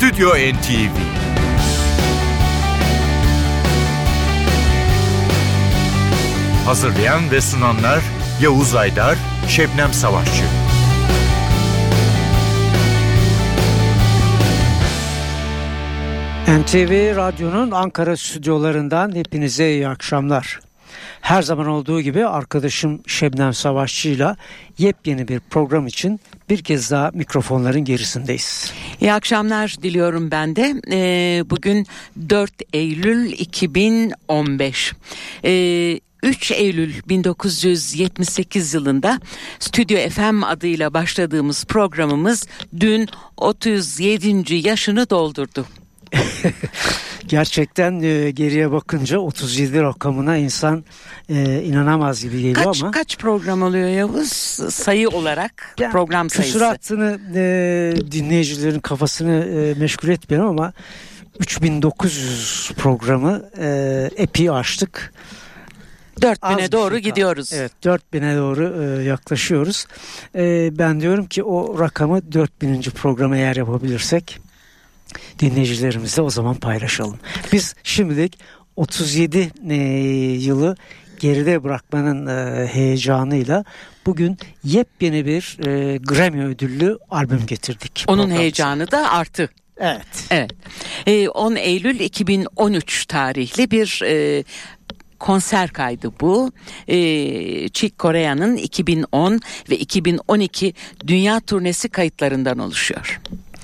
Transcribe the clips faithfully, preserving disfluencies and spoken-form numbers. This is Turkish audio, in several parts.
Stüdyo N T V. Hazırlayan ve sunanlar Yavuz Aydar, Şebnem Savaşçı. N T V Radyo'nun Ankara stüdyolarından hepinize iyi akşamlar. Her zaman olduğu gibi arkadaşım Şebnem Savaşçı'yla yepyeni bir program için bir kez daha mikrofonların gerisindeyiz. İyi akşamlar diliyorum ben de. Ee, bugün dört Eylül iki bin on beş. Ee, üç Eylül bin dokuz yüz yetmiş sekiz yılında Stüdyo F M adıyla başladığımız programımız dün otuz yedinci yaşını doldurdu. Gerçekten e, geriye bakınca otuz yedi rakamına insan e, inanamaz gibi geliyor kaç, ama. Kaç program oluyor Yavuz? Sayı olarak yani, program sayısı. Küsuratını e, dinleyicilerin kafasını e, meşgul etmiyorum ama üç bin dokuz yüz programı e, epey aştık. dört bine doğru şey gidiyoruz. Evet, dört bine doğru e, yaklaşıyoruz. E, ben diyorum ki o rakamı dört bininci programa eğer yapabilirsek dinleyicilerimizle o zaman paylaşalım. Biz şimdilik otuz yedi e, yılı geride bırakmanın e, heyecanıyla bugün yepyeni bir e, Grammy ödüllü albüm getirdik. Onun heyecanı da arttı. Evet. Evet. E, on Eylül iki bin on üç tarihli bir e, konser kaydı bu. Ee, Chick Corea'nın iki bin on ve iki bin on iki dünya turnesi kayıtlarından oluşuyor.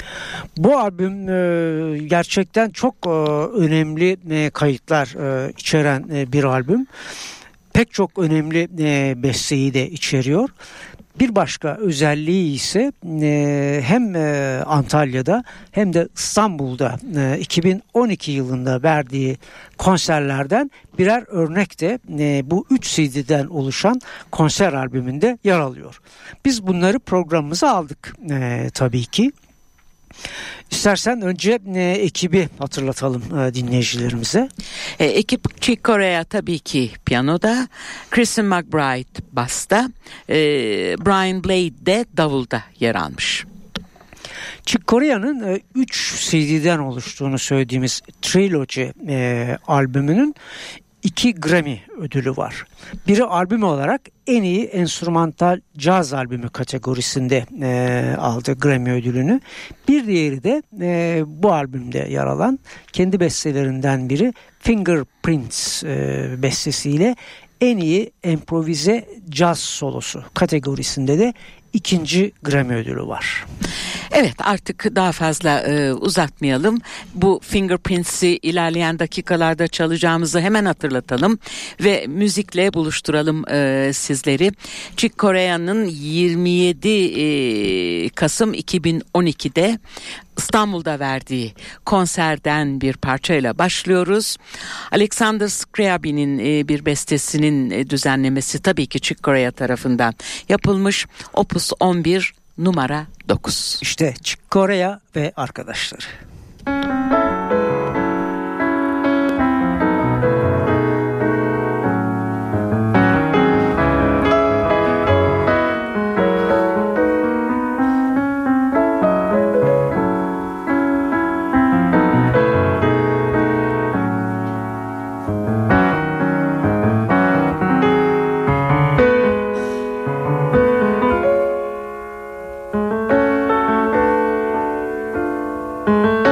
Bu albüm e, gerçekten çok e, önemli e, kayıtlar e, içeren e, bir albüm. Pek çok önemli e, besteyi de içeriyor. Bir başka özelliği ise e, hem e, Antalya'da hem de İstanbul'da e, iki bin on iki yılında verdiği konserlerden birer örnek de e, bu üç C D'den oluşan konser albümünde yer alıyor. Biz bunları programımıza aldık e, tabii ki. İstersen önce e, ekibi hatırlatalım e, dinleyicilerimize. E, ekip Chick Corea tabii ki piyanoda, Kristen McBride basta, e, Brian Blade de davulda yer almış. Chick Corea'nın üç C D'den oluştuğunu söylediğimiz Trilogy e, albümünün iki Grammy ödülü var. Biri albüm olarak en iyi enstrümantal caz albümü kategorisinde e, aldı Grammy ödülünü. Bir diğeri de e, bu albümde yer alan kendi bestelerinden biri Fingerprints e, bestesiyle en iyi improvize caz solosu kategorisinde de ikinci Grammy ödülü var. Evet, artık daha fazla e, uzatmayalım. Bu Fingerprints'i ilerleyen dakikalarda çalacağımızı hemen hatırlatalım ve müzikle buluşturalım e, sizleri. Chick Corea'nın yirmi yedi e, Kasım iki bin on ikide İstanbul'da verdiği konserden bir parçayla başlıyoruz. Alexander Scriabin'in e, bir bestesinin e, düzenlemesi tabii ki Chick Corea tarafından yapılmış. Opus on bir numara dokuz. İşte Chick Corea ve arkadaşları. Thank you.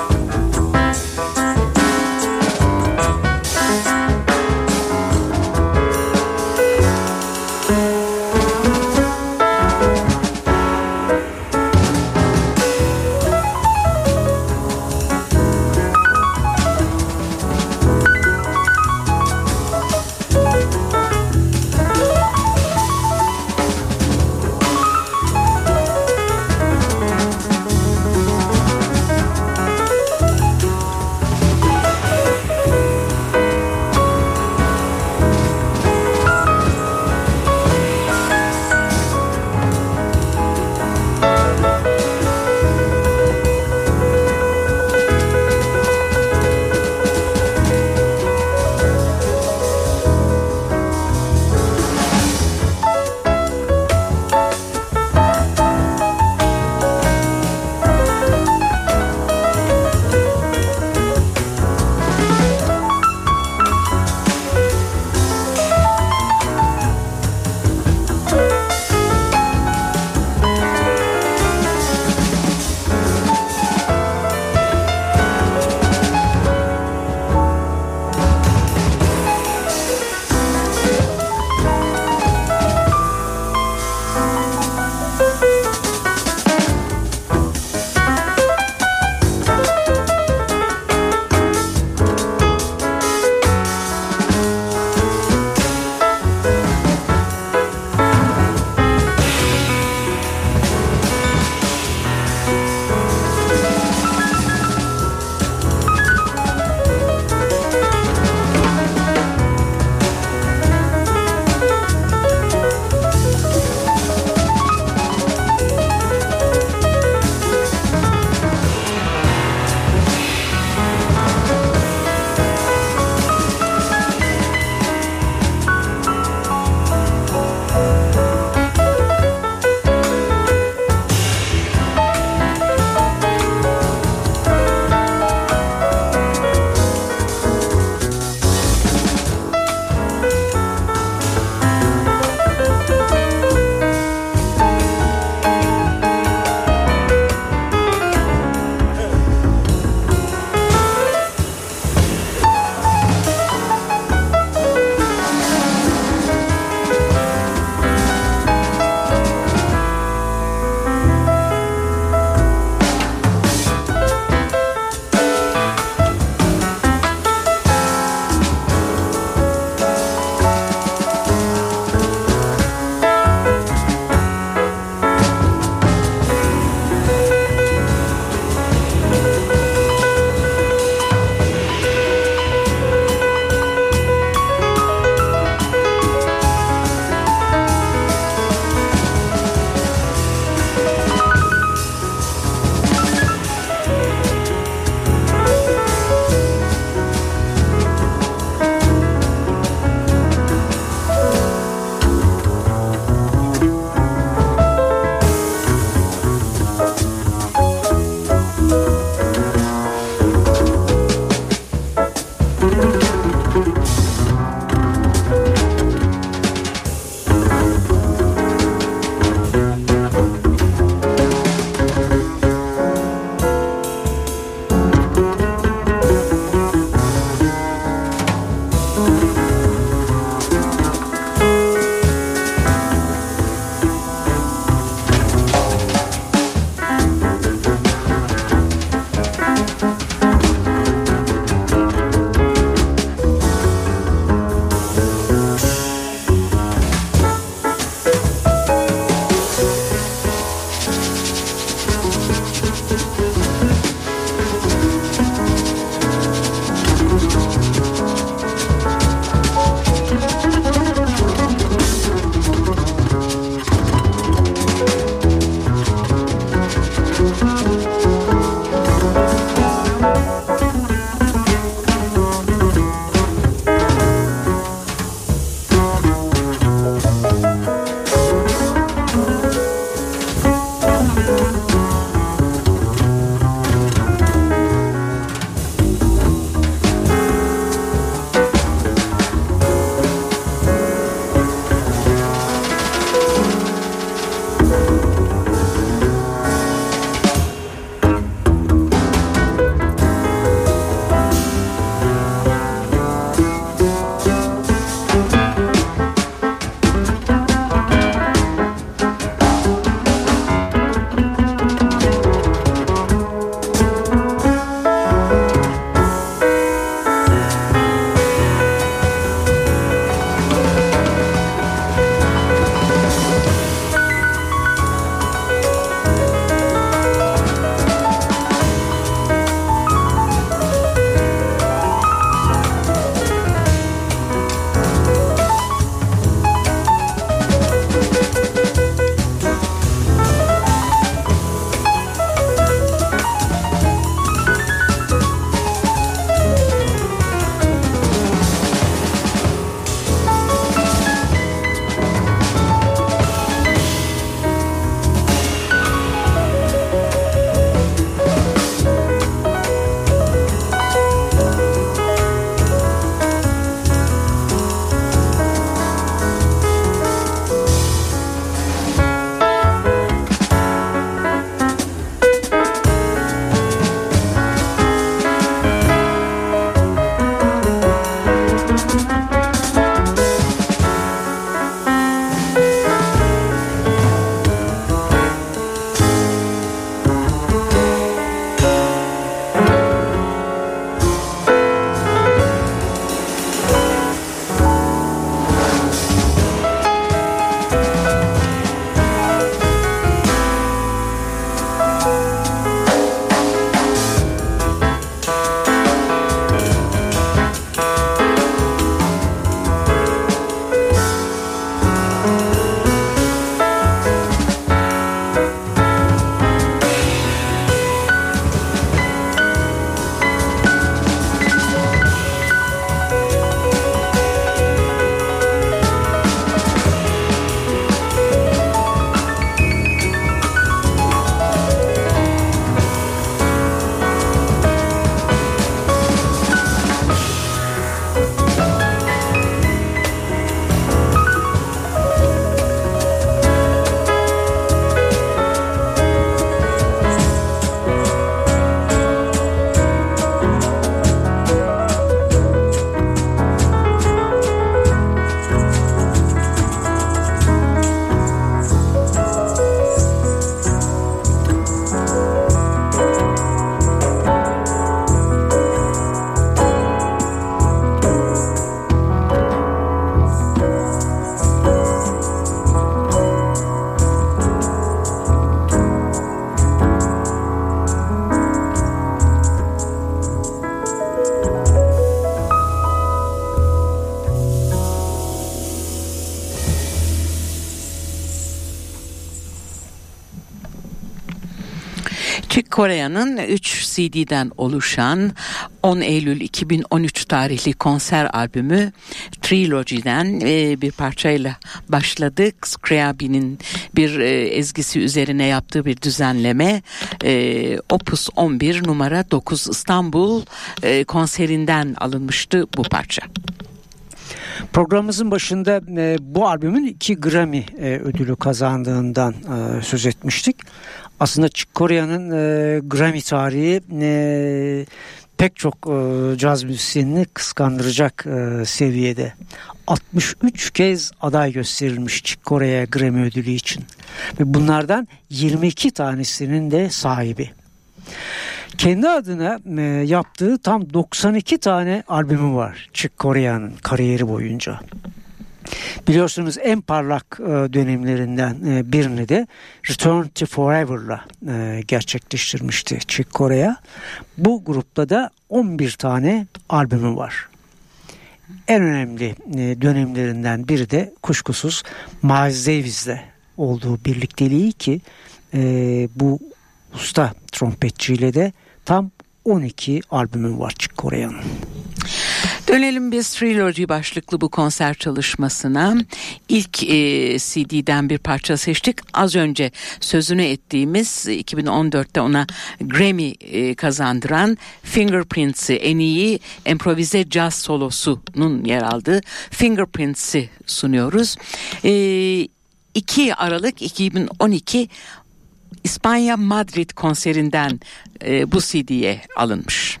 Chick Corea'nın üç C D'den oluşan on Eylül iki bin on üç tarihli konser albümü Trilogy'den e, bir parçayla başladık. Scriabin'in bir e, ezgisi üzerine yaptığı bir düzenleme. E, Opus on bir numara dokuz İstanbul e, konserinden alınmıştı bu parça. Programımızın başında e, bu albümün iki Grammy e, ödülü kazandığından e, söz etmiştik. Aslında Chick Corea'nın e, Grammy tarihi e, pek çok e, caz müzisyenini kıskandıracak e, seviyede. altmış üç kez aday gösterilmiş Chick Corea'ya Grammy ödülü için. Ve bunlardan yirmi iki tanesinin de sahibi. Kendi adına e, yaptığı tam doksan iki tane albümü var Chick Corea'nın kariyeri boyunca. Biliyorsunuz en parlak e, dönemlerinden e, birini de Return to Forever'la e, gerçekleştirmişti Chick Corea. Bu grupta da on bir tane albümü var. En önemli e, dönemlerinden biri de kuşkusuz Miles Davis'le olduğu birlikteliği ki e, bu usta trompetçiyle de tam on iki albümü var Chick Corea'nın. Dönelim biz Trilogy başlıklı bu konser çalışmasına. İlk e, C D'den bir parça seçtik. Az önce sözünü ettiğimiz iki bin on dörtte ona Grammy e, kazandıran Fingerprints'i, en iyi improvize caz solosunun yer aldığı Fingerprints'i sunuyoruz. E, iki Aralık iki bin on iki İspanya Madrid konserinden e, bu C D'ye alınmış.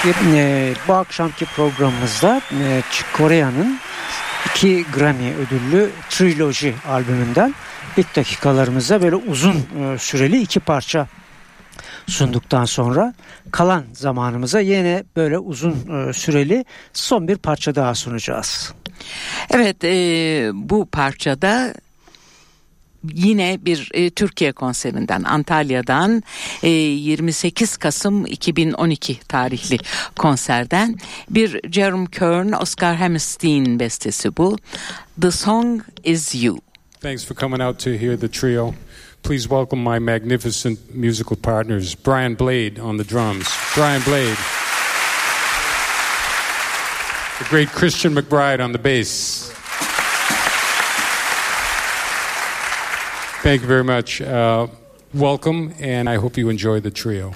Peki e, bu akşamki programımızda e, Chick Corea'nın iki Grammy ödüllü Trilogy albümünden ilk dakikalarımızda böyle uzun e, süreli iki parça sunduktan sonra kalan zamanımıza yine böyle uzun e, süreli son bir parça daha sunacağız. Evet, e, bu parçada yine bir e, Türkiye konserinden, Antalya'dan e, yirmi sekiz Kasım iki bin on iki tarihli konserden bir Jerome Kern, Oscar Hammerstein bestesi bu. The Song Is You. Thanks for coming out to hear the trio. Please welcome my magnificent musical partners, Brian Blade on the drums. Brian Blade. The great Christian McBride on the bass. Thank you very much. Uh, welcome, and I hope you enjoy the trio.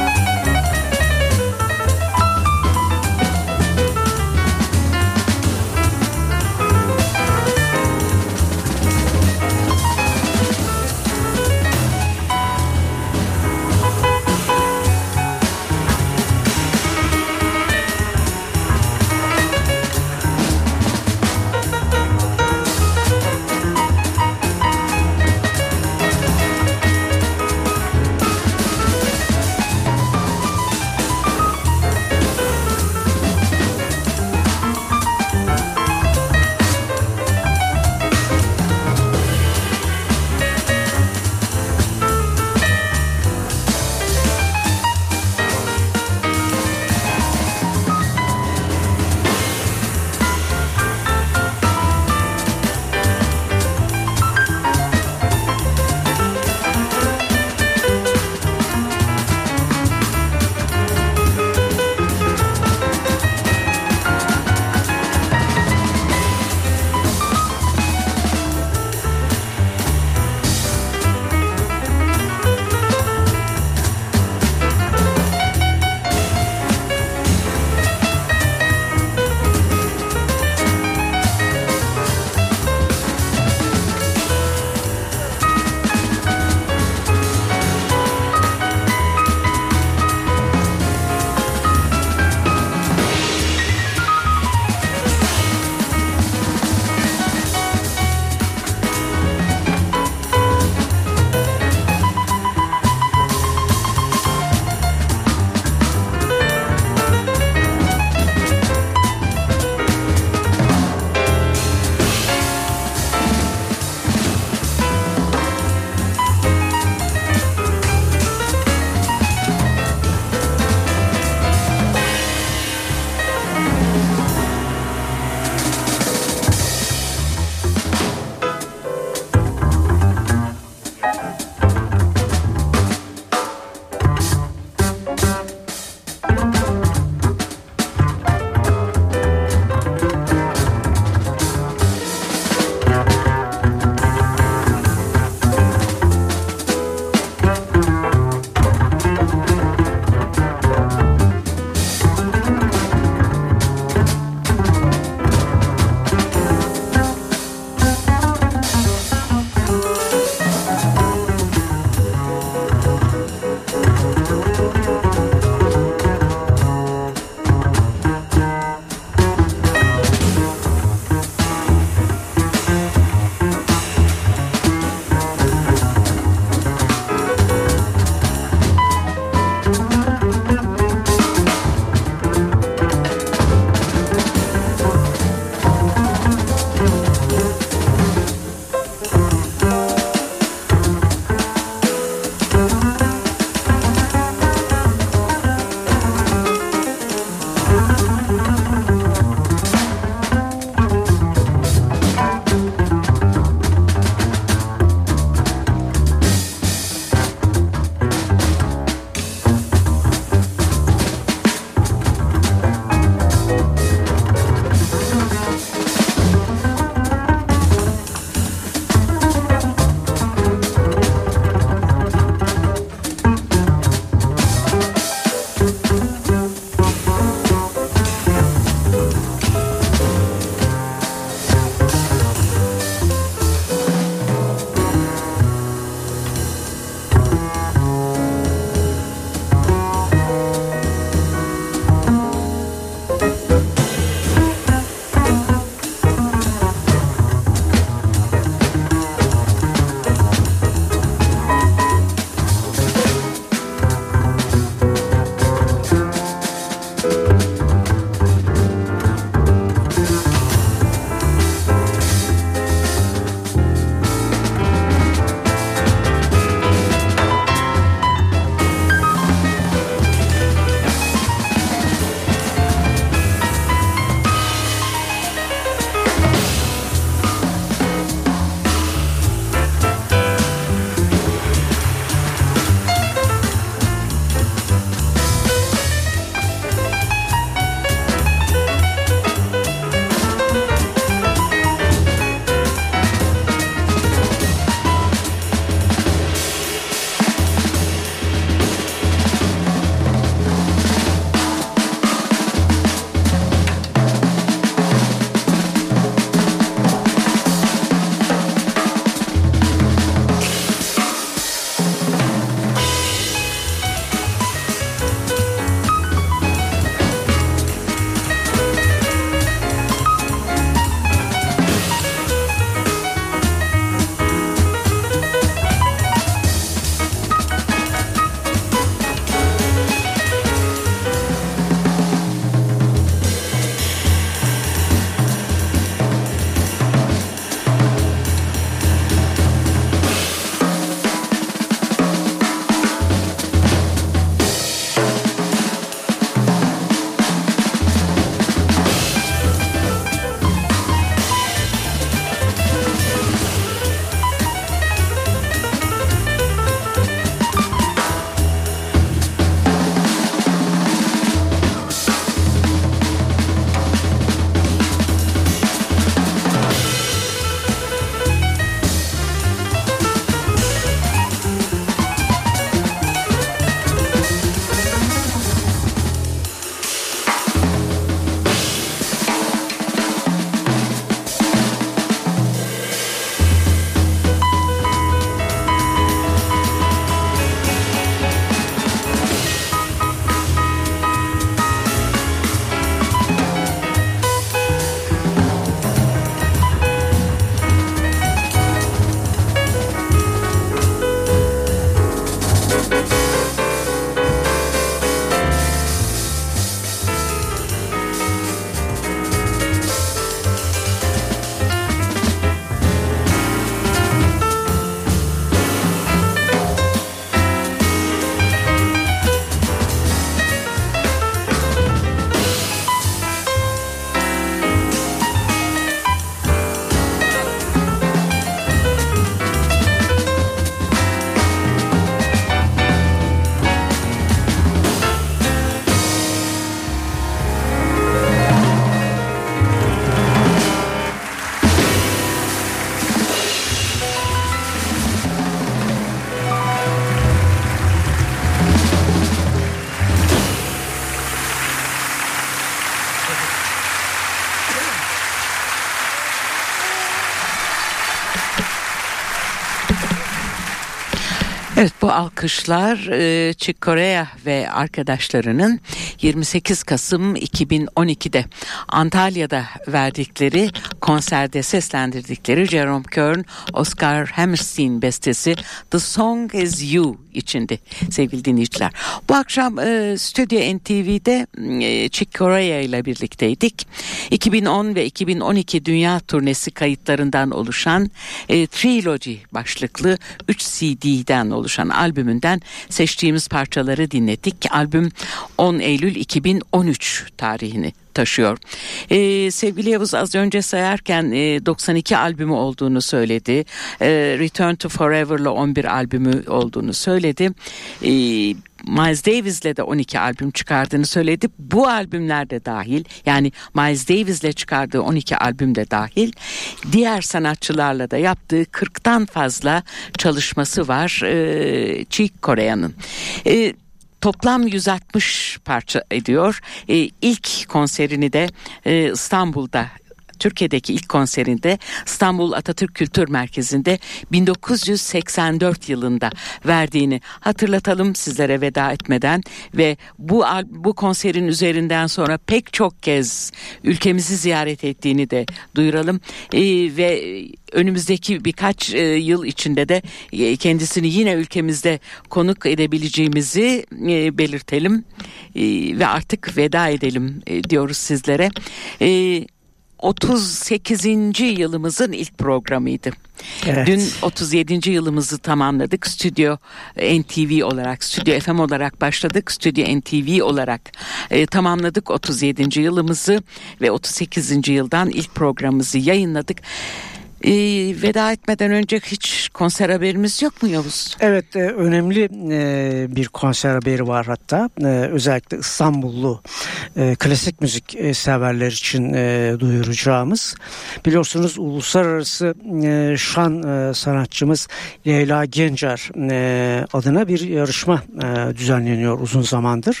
Evet, bu alkışlar e, Chick Corea ve arkadaşlarının yirmi sekiz Kasım iki bin on ikide Antalya'da verdikleri konserde seslendirdikleri Jerome Kern, Oscar Hammerstein bestesi The Song Is You içindi sevgili dinleyiciler. Bu akşam e, Stüdyo N T V'de e, Chick Corea ile birlikteydik. iki bin on ve iki bin on iki dünya turnesi kayıtlarından oluşan e, Trilogy başlıklı üç C D'den oluşan albümünden seçtiğimiz parçaları dinledik. Albüm on Eylül iki bin on üç tarihini taşıyor. Ee, sevgili Yavuz az önce sayarken e, doksan iki albümü olduğunu söyledi. E, Return to Forever'la on bir albümü olduğunu söyledi. E, Miles Davis'le de on iki albüm çıkardığını söyledi. Bu albümler de dahil, yani Miles Davis'le çıkardığı on iki albüm de dahil, diğer sanatçılarla da yaptığı kırktan fazla çalışması var e, Chick Corea'nın. E, Toplam yüz altmış parça ediyor. Ee, ilk konserini de e, İstanbul'da, Türkiye'deki ilk konserinde İstanbul Atatürk Kültür Merkezi'nde bin dokuz yüz seksen dört yılında verdiğini hatırlatalım sizlere veda etmeden ve bu bu konserin üzerinden sonra pek çok kez ülkemizi ziyaret ettiğini de duyuralım ee, ve önümüzdeki birkaç e, yıl içinde de e, kendisini yine ülkemizde konuk edebileceğimizi e, belirtelim e, ve artık veda edelim e, diyoruz sizlere. E, otuz sekizinci yılımızın ilk programıydı. Evet. Dün otuz yedinci yılımızı tamamladık. Stüdyo N T V olarak, Stüdyo F M olarak başladık. Stüdyo N T V olarak e, tamamladık otuz yedinci yılımızı ve otuz sekizinci yıldan ilk programımızı yayınladık. Ee, veda etmeden önce hiç konser haberimiz yok mu Yavuz? Evet, e, önemli e, bir konser haberi var hatta. E, özellikle İstanbullu e, klasik müzik e, severler için e, duyuracağımız. Biliyorsunuz uluslararası e, şan e, sanatçımız Leyla Gencer e, adına bir yarışma e, düzenleniyor uzun zamandır.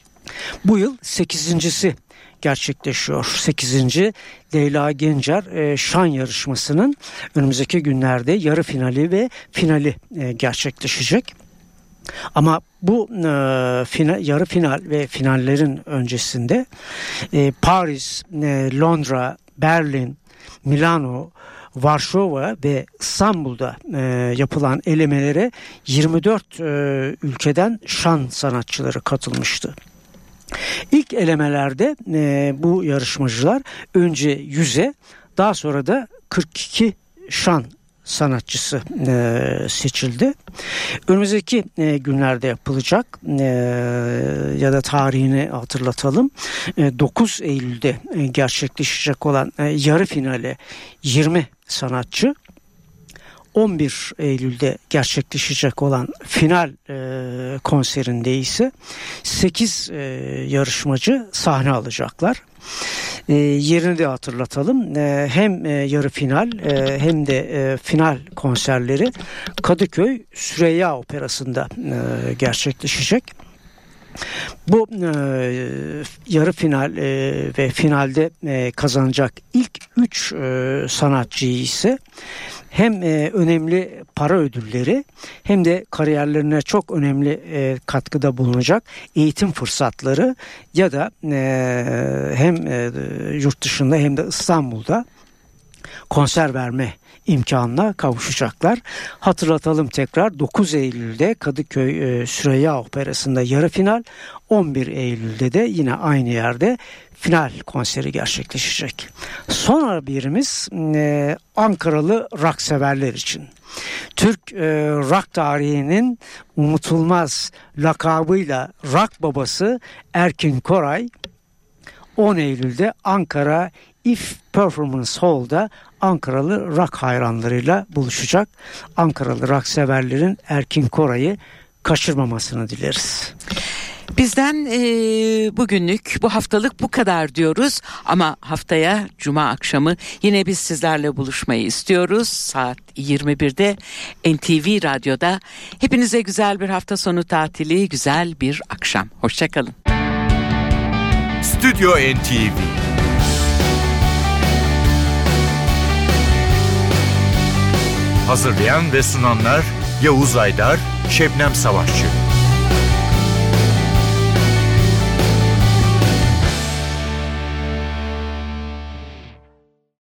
Bu yıl sekizincisi gerçekleşiyor. sekizinci Leyla Gencer e, şan yarışmasının önümüzdeki günlerde yarı finali ve finali e, gerçekleşecek. Ama bu e, final, yarı final ve finallerin öncesinde e, Paris, e, Londra, Berlin, Milano, Varşova ve İstanbul'da e, yapılan elemelere yirmi dört e, ülkeden şan sanatçıları katılmıştı. İlk elemelerde e, bu yarışmacılar önce yüze, daha sonra da kırk iki şan sanatçısı e, seçildi. Önümüzdeki e, günlerde yapılacak e, ya da tarihini hatırlatalım. E, dokuz Eylül'de e, gerçekleşecek olan e, yarı finale yirmi sanatçı, on bir Eylül'de gerçekleşecek olan final e, konserinde ise sekiz e, yarışmacı sahne alacaklar. E, yerini de hatırlatalım. E, hem e, yarı final e, hem de e, final konserleri Kadıköy Süreyya Operası'nda e, gerçekleşecek. Bu e, yarı final e, ve finalde e, kazanacak ilk üç e, sanatçıyı ise hem e, önemli para ödülleri hem de kariyerlerine çok önemli e, katkıda bulunacak eğitim fırsatları ya da e, hem e, yurt dışında hem de İstanbul'da konser verme imkanına kavuşacaklar. Hatırlatalım tekrar, dokuz Eylül'de Kadıköy e, Süreyya Operası'nda yarı final, on bir Eylül'de de yine aynı yerde final konseri gerçekleşecek. Son haberimiz e, Ankaralı rock severler için. Türk e, rock tarihinin unutulmaz lakabıyla rock babası Erkin Koray on Eylül'de Ankara If Performance Hall'da Ankaralı rock hayranlarıyla buluşacak. Ankaralı rock severlerin Erkin Koray'ı kaçırmamasını dileriz. Bizden e, bugünlük, bu haftalık bu kadar diyoruz ama haftaya Cuma akşamı yine biz sizlerle buluşmayı istiyoruz. Saat yirmi birde N T V Radyo'da. Hepinize güzel bir hafta sonu tatili, güzel bir akşam. Hoşçakalın. Stüdyo N T V. Hazırlayan ve sunanlar Yavuz Aydar, Şebnem Savaşçı.